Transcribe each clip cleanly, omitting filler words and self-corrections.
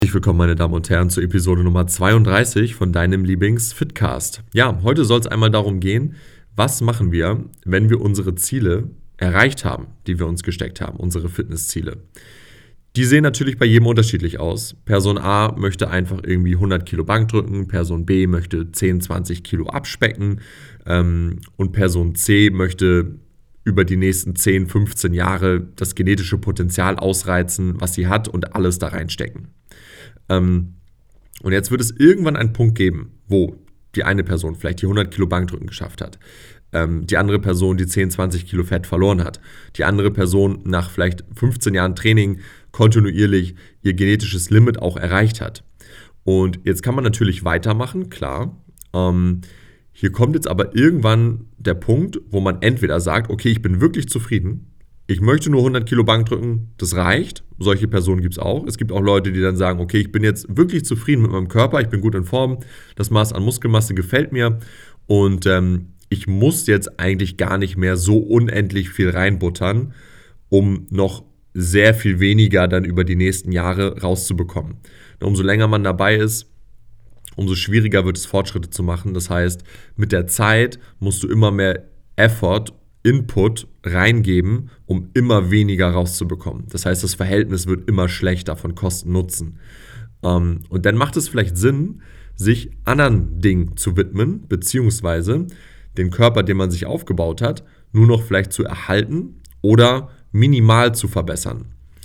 Herzlich willkommen, meine Damen und Herren, zur Episode Nummer 32 von deinem Lieblings-Fitcast. Ja, heute soll es einmal darum gehen, was machen wir, wenn wir unsere Ziele erreicht haben, die wir uns gesteckt haben, unsere Fitnessziele. Die sehen natürlich bei jedem unterschiedlich aus. Person A möchte einfach irgendwie 100 Kilo Bank drücken, Person B möchte 10, 20 Kilo abspecken und Person C möchte über die nächsten 10, 15 Jahre das genetische Potenzial ausreizen, was sie hat und alles da reinstecken. Und jetzt wird es irgendwann einen Punkt geben, wo die eine Person vielleicht die 100 Kilo Bankdrücken geschafft hat, die andere Person die 10, 20 Kilo Fett verloren hat, die andere Person nach vielleicht 15 Jahren Training kontinuierlich ihr genetisches Limit auch erreicht hat. Und jetzt kann man natürlich weitermachen, klar. Hier kommt jetzt aber irgendwann der Punkt, wo man entweder sagt, okay, ich bin wirklich zufrieden, ich möchte nur 100 Kilo Bank drücken, das reicht. Solche Personen gibt es auch. Es gibt auch Leute, die dann sagen, okay, ich bin jetzt wirklich zufrieden mit meinem Körper, ich bin gut in Form, das Maß an Muskelmasse gefällt mir und ich muss jetzt eigentlich gar nicht mehr so unendlich viel reinbuttern, um noch sehr viel weniger dann über die nächsten Jahre rauszubekommen. Und umso länger man dabei ist, umso schwieriger wird es, Fortschritte zu machen. Das heißt, mit der Zeit musst du immer mehr Effort, Input reingeben, um immer weniger rauszubekommen. Das heißt, das Verhältnis wird immer schlechter von Kosten-Nutzen. Und dann macht es vielleicht Sinn, sich anderen Dingen zu widmen, beziehungsweise den Körper, den man sich aufgebaut hat, nur noch vielleicht zu erhalten oder minimal zu verbessern.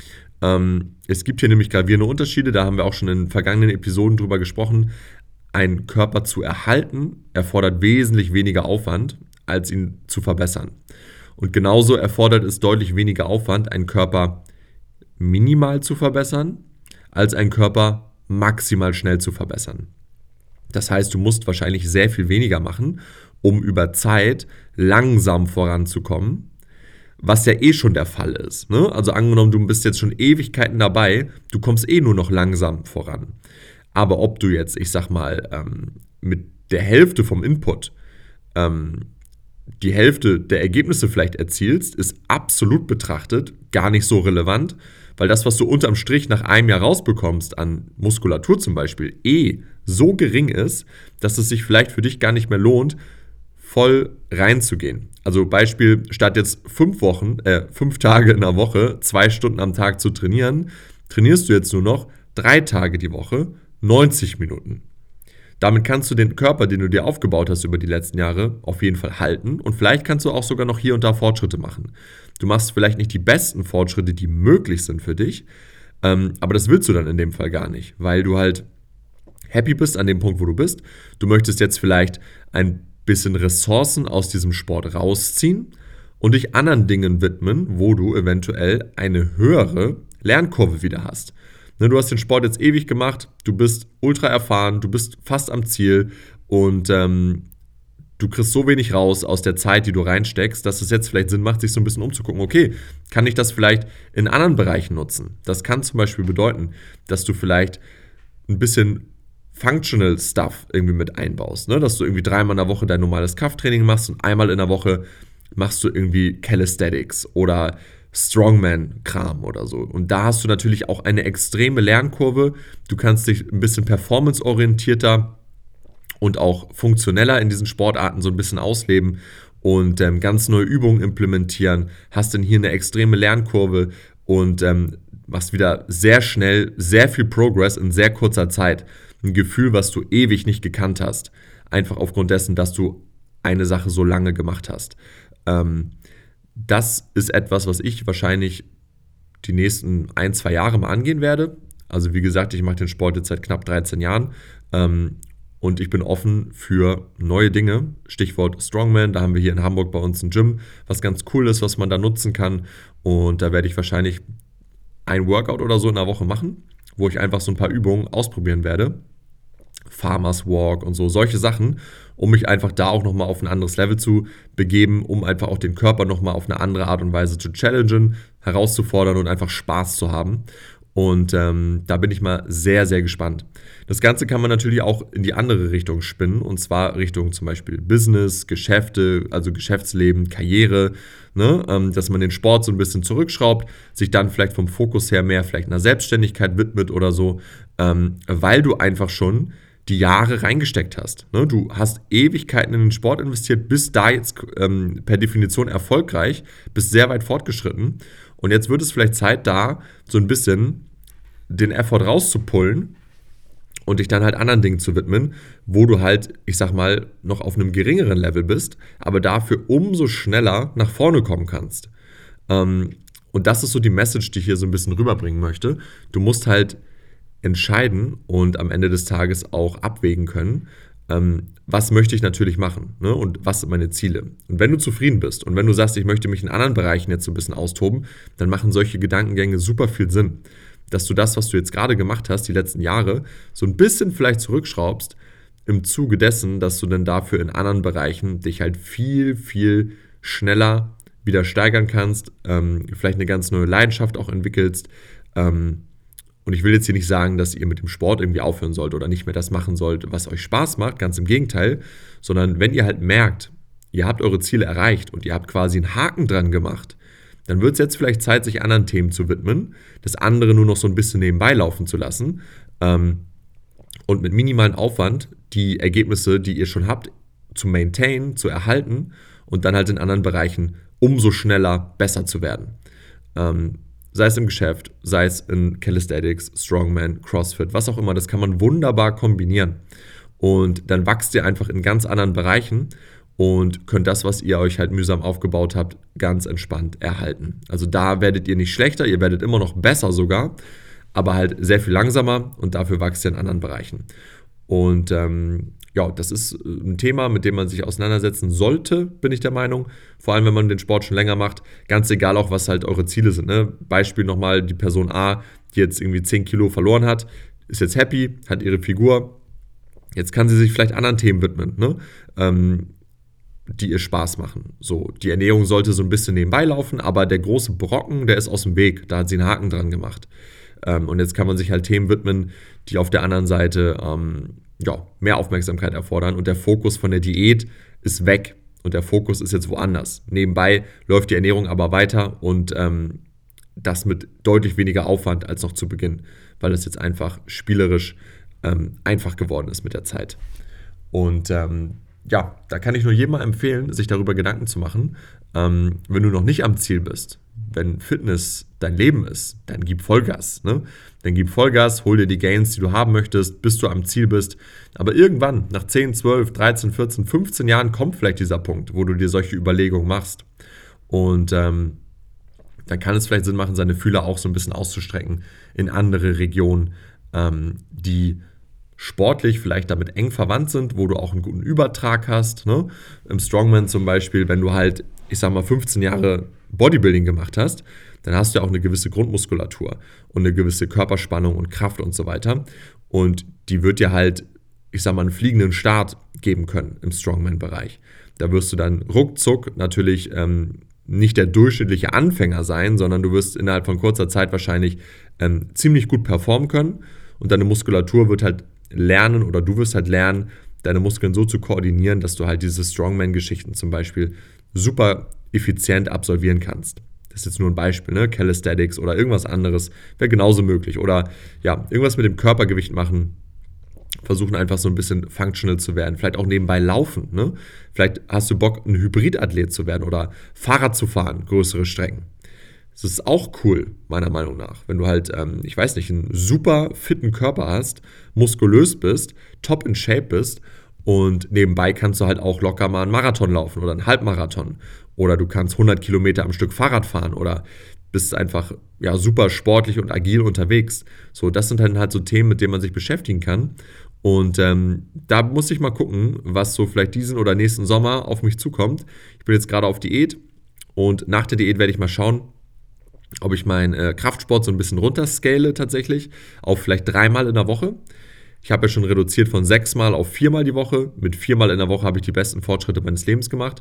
Es gibt hier nämlich gravierende Unterschiede, da haben wir auch schon in vergangenen Episoden drüber gesprochen. Einen Körper zu erhalten erfordert wesentlich weniger Aufwand, als ihn zu verbessern. Und genauso erfordert es deutlich weniger Aufwand, einen Körper minimal zu verbessern, als einen Körper maximal schnell zu verbessern. Das heißt, du musst wahrscheinlich sehr viel weniger machen, um über Zeit langsam voranzukommen, was ja eh schon der Fall ist. Ne? Also angenommen, du bist jetzt schon Ewigkeiten dabei, du kommst eh nur noch langsam voran. Aber ob du jetzt, ich sag mal, mit der Hälfte vom Input die Hälfte der Ergebnisse vielleicht erzielst, ist absolut betrachtet gar nicht so relevant, weil das, was du unterm Strich nach einem Jahr rausbekommst an Muskulatur zum Beispiel, so gering ist, dass es sich vielleicht für dich gar nicht mehr lohnt, voll reinzugehen. Also Beispiel, statt jetzt 5 Tage in der Woche, 2 Stunden am Tag zu trainieren, trainierst du jetzt nur noch 3 Tage die Woche, 90 Minuten. Damit kannst du den Körper, den du dir aufgebaut hast über die letzten Jahre, auf jeden Fall halten und vielleicht kannst du auch sogar noch hier und da Fortschritte machen. Du machst vielleicht nicht die besten Fortschritte, die möglich sind für dich, aber das willst du dann in dem Fall gar nicht, weil du halt happy bist an dem Punkt, wo du bist. Du möchtest jetzt vielleicht ein bisschen Ressourcen aus diesem Sport rausziehen und dich anderen Dingen widmen, wo du eventuell eine höhere Lernkurve wieder hast. Du hast den Sport jetzt ewig gemacht, du bist ultra erfahren, du bist fast am Ziel und du kriegst so wenig raus aus der Zeit, die du reinsteckst, dass es jetzt vielleicht Sinn macht, sich so ein bisschen umzugucken, okay, kann ich das vielleicht in anderen Bereichen nutzen? Das kann zum Beispiel bedeuten, dass du vielleicht ein bisschen Functional Stuff irgendwie mit einbaust, ne? Dass du irgendwie 3-mal in der Woche dein normales Krafttraining machst und einmal in der Woche machst du irgendwie Calisthenics oder Strongman-Kram oder so. Und da hast du natürlich auch eine extreme Lernkurve. Du kannst dich ein bisschen performanceorientierter und auch funktioneller in diesen Sportarten so ein bisschen ausleben und ganz neue Übungen implementieren. Hast dann hier eine extreme Lernkurve und machst wieder sehr schnell sehr viel Progress in sehr kurzer Zeit. Ein Gefühl, was du ewig nicht gekannt hast. Einfach aufgrund dessen, dass du eine Sache so lange gemacht hast. Das ist etwas, was ich wahrscheinlich die nächsten 1-2 Jahre mal angehen werde. Also wie gesagt, ich mache den Sport jetzt seit knapp 13 Jahren und ich bin offen für neue Dinge. Stichwort Strongman, da haben wir hier in Hamburg bei uns ein Gym, was ganz cool ist, was man da nutzen kann. Und da werde ich wahrscheinlich ein Workout oder so in der Woche machen, wo ich einfach so ein paar Übungen ausprobieren werde. Farmers Walk und so, solche Sachen, um mich einfach da auch nochmal auf ein anderes Level zu begeben, um einfach auch den Körper nochmal auf eine andere Art und Weise zu challengen, herauszufordern und einfach Spaß zu haben. Und da bin ich mal sehr, sehr gespannt. Das Ganze kann man natürlich auch in die andere Richtung spinnen, und zwar Richtung zum Beispiel Business, Geschäfte, also Geschäftsleben, Karriere, ne? Dass man den Sport so ein bisschen zurückschraubt, sich dann vielleicht vom Fokus her mehr vielleicht einer Selbstständigkeit widmet oder so. weil du einfach schon die Jahre reingesteckt hast. Ne? Du hast Ewigkeiten in den Sport investiert, bist da jetzt per Definition erfolgreich, bist sehr weit fortgeschritten und jetzt wird es vielleicht Zeit, da so ein bisschen den Effort rauszupullen und dich dann halt anderen Dingen zu widmen, wo du halt, ich sag mal, noch auf einem geringeren Level bist, aber dafür umso schneller nach vorne kommen kannst. Und das ist so die Message, die ich hier so ein bisschen rüberbringen möchte. Du musst halt entscheiden und am Ende des Tages auch abwägen können, was möchte ich natürlich machen, ne? Und was sind meine Ziele. Und wenn du zufrieden bist und wenn du sagst, ich möchte mich in anderen Bereichen jetzt so ein bisschen austoben, dann machen solche Gedankengänge super viel Sinn. Dass du das, was du jetzt gerade gemacht hast, die letzten Jahre, so ein bisschen vielleicht zurückschraubst, im Zuge dessen, dass du dann dafür in anderen Bereichen dich halt viel, viel schneller wieder steigern kannst, vielleicht eine ganz neue Leidenschaft auch entwickelst. Und ich will jetzt hier nicht sagen, dass ihr mit dem Sport irgendwie aufhören sollt oder nicht mehr das machen sollt, was euch Spaß macht, ganz im Gegenteil, sondern wenn ihr halt merkt, ihr habt eure Ziele erreicht und ihr habt quasi einen Haken dran gemacht, dann wird es jetzt vielleicht Zeit, sich anderen Themen zu widmen, das andere nur noch so ein bisschen nebenbei laufen zu lassen und mit minimalem Aufwand die Ergebnisse, die ihr schon habt, zu maintainen, zu erhalten und dann halt in anderen Bereichen umso schneller besser zu werden. Sei es im Geschäft, sei es in Calisthenics, Strongman, CrossFit, was auch immer, das kann man wunderbar kombinieren. Und dann wachst ihr einfach in ganz anderen Bereichen und könnt das, was ihr euch halt mühsam aufgebaut habt, ganz entspannt erhalten. Also da werdet ihr nicht schlechter, ihr werdet immer noch besser sogar, aber halt sehr viel langsamer und dafür wächst ihr in anderen Bereichen. Und ja, das ist ein Thema, mit dem man sich auseinandersetzen sollte, bin ich der Meinung. Vor allem, wenn man den Sport schon länger macht. Ganz egal auch, was halt eure Ziele sind. Ne? Beispiel nochmal, die Person A, die jetzt irgendwie 10 Kilo verloren hat, ist jetzt happy, hat ihre Figur. Jetzt kann sie sich vielleicht anderen Themen widmen, ne? Die ihr Spaß machen. So, die Ernährung sollte so ein bisschen nebenbei laufen, aber der große Brocken, der ist aus dem Weg. Da hat sie einen Haken dran gemacht. Und jetzt kann man sich halt Themen widmen, die auf der anderen Seite mehr Aufmerksamkeit erfordern und der Fokus von der Diät ist weg und der Fokus ist jetzt woanders. Nebenbei läuft die Ernährung aber weiter und das mit deutlich weniger Aufwand als noch zu Beginn, weil es jetzt einfach spielerisch einfach geworden ist mit der Zeit. Und da kann ich nur jedem mal empfehlen, sich darüber Gedanken zu machen, wenn du noch nicht am Ziel bist, wenn Fitness dein Leben ist, dann gib Vollgas. Ne? Dann gib Vollgas, hol dir die Gains, die du haben möchtest, bis du am Ziel bist. Aber irgendwann, nach 10, 12, 13, 14, 15 Jahren, kommt vielleicht dieser Punkt, wo du dir solche Überlegungen machst. Und dann kann es vielleicht Sinn machen, seine Fühler auch so ein bisschen auszustrecken in andere Regionen, die sportlich vielleicht damit eng verwandt sind, wo du auch einen guten Übertrag hast. Ne? Im Strongman zum Beispiel, wenn du halt, ich sag mal, 15 Jahre Bodybuilding gemacht hast, dann hast du ja auch eine gewisse Grundmuskulatur und eine gewisse Körperspannung und Kraft und so weiter. Und die wird dir halt, ich sag mal, einen fliegenden Start geben können im Strongman-Bereich. Da wirst du dann ruckzuck natürlich nicht der durchschnittliche Anfänger sein, sondern du wirst innerhalb von kurzer Zeit wahrscheinlich ziemlich gut performen können und deine Muskulatur wird halt lernen oder du wirst halt lernen, deine Muskeln so zu koordinieren, dass du halt diese Strongman-Geschichten zum Beispiel super effizient absolvieren kannst. Das ist jetzt nur ein Beispiel, ne? Calisthenics oder irgendwas anderes wäre genauso möglich. Oder ja, irgendwas mit dem Körpergewicht machen, versuchen einfach so ein bisschen functional zu werden. Vielleicht auch nebenbei laufen, ne? Vielleicht hast du Bock, ein Hybridathlet zu werden oder Fahrrad zu fahren, größere Strecken. Das ist auch cool, meiner Meinung nach. Wenn du halt, ich weiß nicht, einen super fitten Körper hast, muskulös bist, top in Shape bist und nebenbei kannst du halt auch locker mal einen Marathon laufen oder einen Halbmarathon. Oder du kannst 100 Kilometer am Stück Fahrrad fahren oder bist einfach ja, super sportlich und agil unterwegs. So, das sind dann halt so Themen, mit denen man sich beschäftigen kann. Und da muss ich mal gucken, was so vielleicht diesen oder nächsten Sommer auf mich zukommt. Ich bin jetzt gerade auf Diät und nach der Diät werde ich mal schauen, ob ich meinen Kraftsport so ein bisschen runterscale tatsächlich auf vielleicht 3-mal in der Woche. Ich habe ja schon reduziert von 6-mal auf 4-mal die Woche. Mit 4-mal in der Woche habe ich die besten Fortschritte meines Lebens gemacht.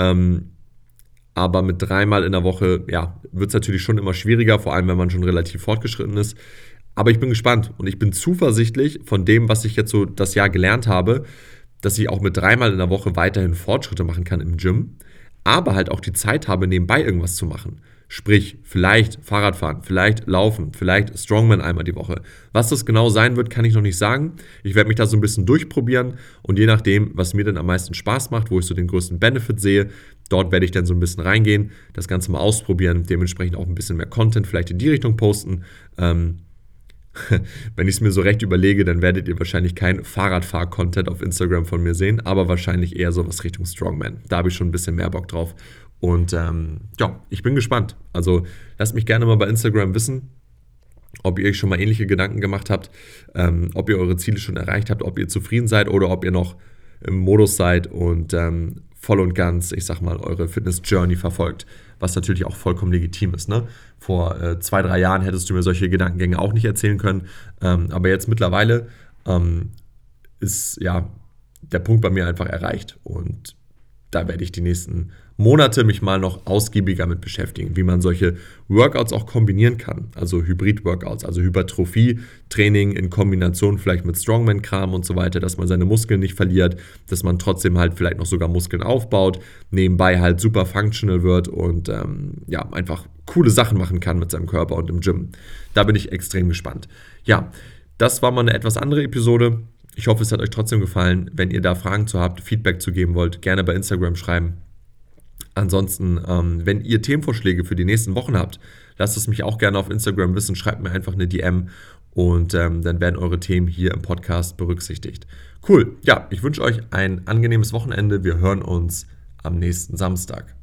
Aber mit 3-mal in der Woche, ja, wird es natürlich schon immer schwieriger, vor allem wenn man schon relativ fortgeschritten ist. Aber ich bin gespannt und ich bin zuversichtlich von dem, was ich jetzt so das Jahr gelernt habe, dass ich auch mit 3-mal in der Woche weiterhin Fortschritte machen kann im Gym, aber halt auch die Zeit habe, nebenbei irgendwas zu machen. Sprich, vielleicht Fahrradfahren, vielleicht Laufen, vielleicht Strongman einmal die Woche. Was das genau sein wird, kann ich noch nicht sagen. Ich werde mich da so ein bisschen durchprobieren und je nachdem, was mir dann am meisten Spaß macht, wo ich so den größten Benefit sehe, dort werde ich dann so ein bisschen reingehen, das Ganze mal ausprobieren, dementsprechend auch ein bisschen mehr Content vielleicht in die Richtung posten. Wenn ich es mir so recht überlege, dann werdet ihr wahrscheinlich kein Fahrradfahr-Content auf Instagram von mir sehen, aber wahrscheinlich eher sowas Richtung Strongman. Da habe ich schon ein bisschen mehr Bock drauf. Und ja, ich bin gespannt. Also lasst mich gerne mal bei Instagram wissen, ob ihr euch schon mal ähnliche Gedanken gemacht habt, ob ihr eure Ziele schon erreicht habt, ob ihr zufrieden seid oder ob ihr noch im Modus seid und voll und ganz, ich sag mal, eure Fitness-Journey verfolgt, was natürlich auch vollkommen legitim ist. Ne? Vor 2-3 Jahren hättest du mir solche Gedankengänge auch nicht erzählen können, aber jetzt mittlerweile ist ja der Punkt bei mir einfach erreicht und da werde ich die nächsten Monate mich mal noch ausgiebiger mit beschäftigen, wie man solche Workouts auch kombinieren kann. Also Hybrid-Workouts, also Hypertrophie-Training in Kombination vielleicht mit Strongman-Kram und so weiter, dass man seine Muskeln nicht verliert, dass man trotzdem halt vielleicht noch sogar Muskeln aufbaut, nebenbei halt super functional wird und ja, einfach coole Sachen machen kann mit seinem Körper und im Gym. Da bin ich extrem gespannt. Ja, das war mal eine etwas andere Episode. Ich hoffe, es hat euch trotzdem gefallen. Wenn ihr da Fragen zu habt, Feedback zu geben wollt, gerne bei Instagram schreiben. Ansonsten, wenn ihr Themenvorschläge für die nächsten Wochen habt, lasst es mich auch gerne auf Instagram wissen. Schreibt mir einfach eine DM und dann werden eure Themen hier im Podcast berücksichtigt. Cool. Ja, ich wünsche euch ein angenehmes Wochenende. Wir hören uns am nächsten Samstag.